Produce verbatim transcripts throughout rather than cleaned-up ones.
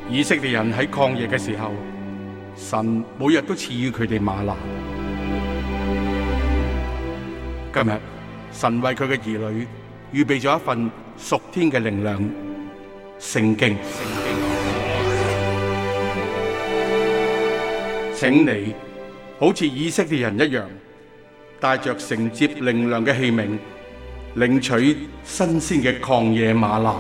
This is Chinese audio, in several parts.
以色列人喺曠野嘅時候，神每日都賜予佢哋嗎哪。今日神為佢嘅兒女預備咗一份屬天嘅靈糧——聖經。請你好似以色列人一樣，帶着承接靈糧嘅器皿，領取新鮮嘅曠野嗎哪。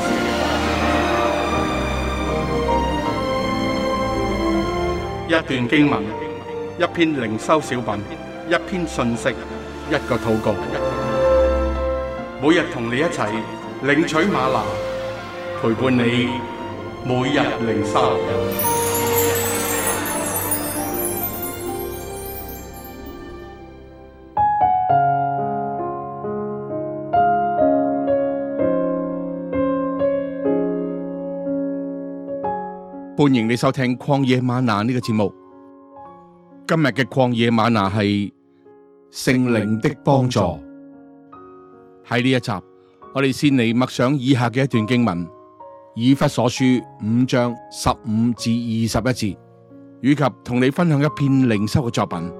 一段經文，一篇靈修小品，一篇信息，一個禱告。每日同你一齊領取嗎哪，陪伴你每日靈修。歡迎你收聽曠野嗎哪呢個節目。今日嘅曠野嗎哪係聖靈的幫助。喺呢一集，我哋先嚟默想以下嘅一段經文：以弗所書五章十五至二十一節，以及同你分享一篇靈修嘅作品。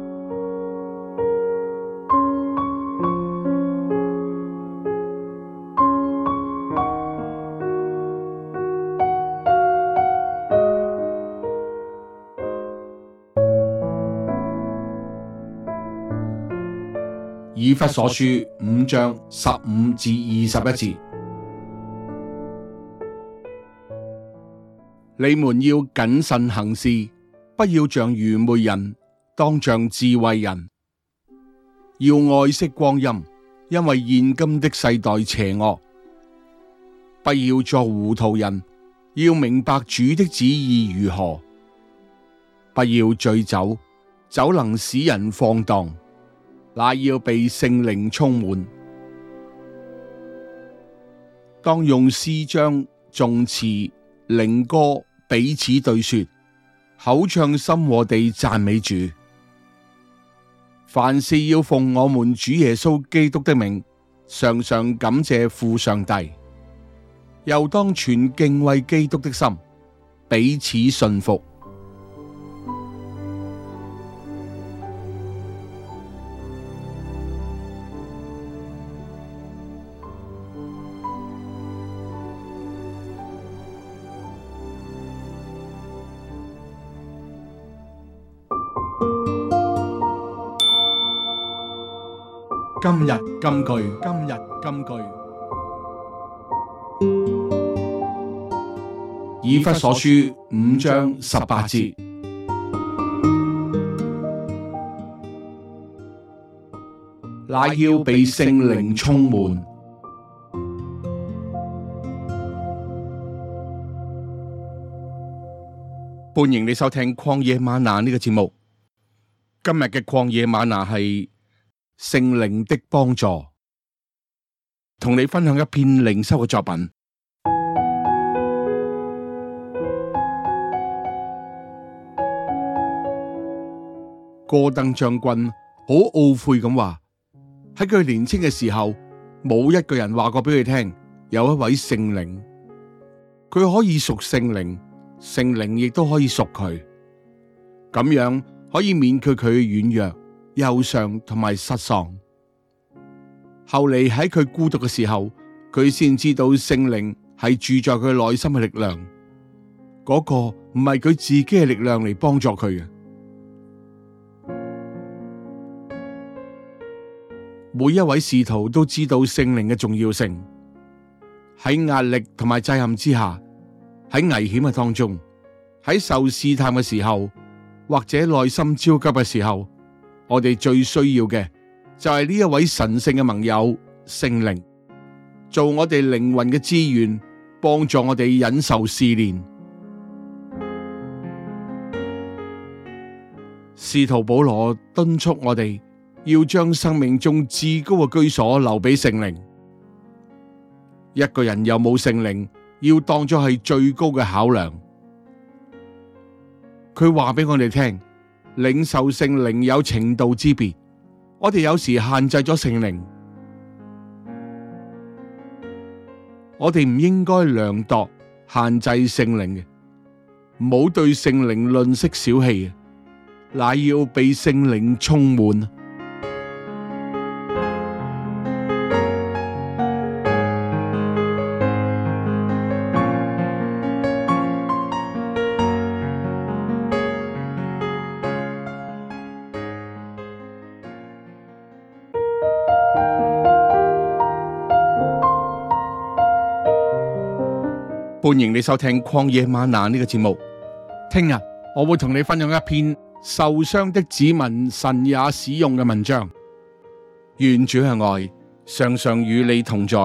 以弗所書五章十五至二十一節，你們要謹慎行事，不要像愚昧人，當像智慧人。要愛惜光陰，因為現今的世代邪惡。不要作糊塗人，要明白主的旨意如何。不要醉酒，酒能使人放蕩。乃要被聖靈充滿，當用詩章、頌詞、靈歌彼此對說，口唱心和地讚美主。凡事要奉我們主耶穌基督的名，常常感謝父上帝。又當存敬畏基督的心，彼此順服。今日金句，今日金句。以弗所書五章十八節，乃要被聖靈充滿。歡迎你收聽曠野嗎哪呢個節目。今日嘅曠野嗎哪係聖靈的幫助，同你分享一篇靈修嘅作品。戈登將軍好懊悔咁話，喺佢年輕嘅時候，冇一個人話過俾佢聽，有一位聖靈，佢可以屬聖靈，聖靈亦都可以屬佢，咁樣可以免卻佢嘅軟弱、憂傷同埋失喪。後嚟喺佢孤獨嘅時候，佢先知道聖靈係住在佢內心嘅力量，嗰個唔係佢自己嘅力量嚟幫助佢嘅。每一位使徒都知道聖靈嘅重要性，喺壓力同埋責任之下，喺危險嘅當中，喺受試探嘅時候，或者內心焦急嘅時候，我哋最需要嘅就係呢一位神聖嘅盟友聖靈，做我哋靈魂嘅資源，幫助我哋忍受試煉。使徒保羅敦促我哋要將生命中至高嘅居所留俾聖靈。一個人有冇聖靈，要當作係最高嘅考量。佢話俾我哋聽，領受聖靈有程度之別，我哋有時限制咗聖靈，我哋唔應該量度限制聖靈嘅， 唔好對聖靈吝嗇小氣，乃要被聖靈充滿。歡迎你收聽曠野嗎哪呢個節目。聽日我會同你分享一篇受傷的子民神也使用嘅文章。願主嘅愛常常與你同在。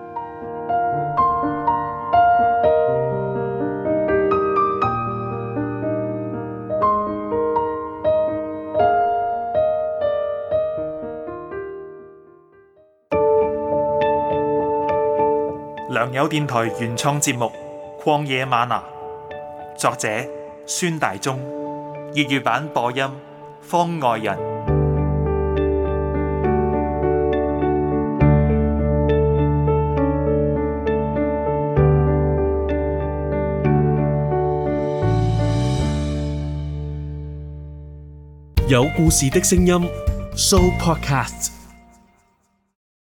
良友電台原創節目曠野嗎哪，作者孫大中，粵語版播音方外人， 有故事的聲音 Show Podcast。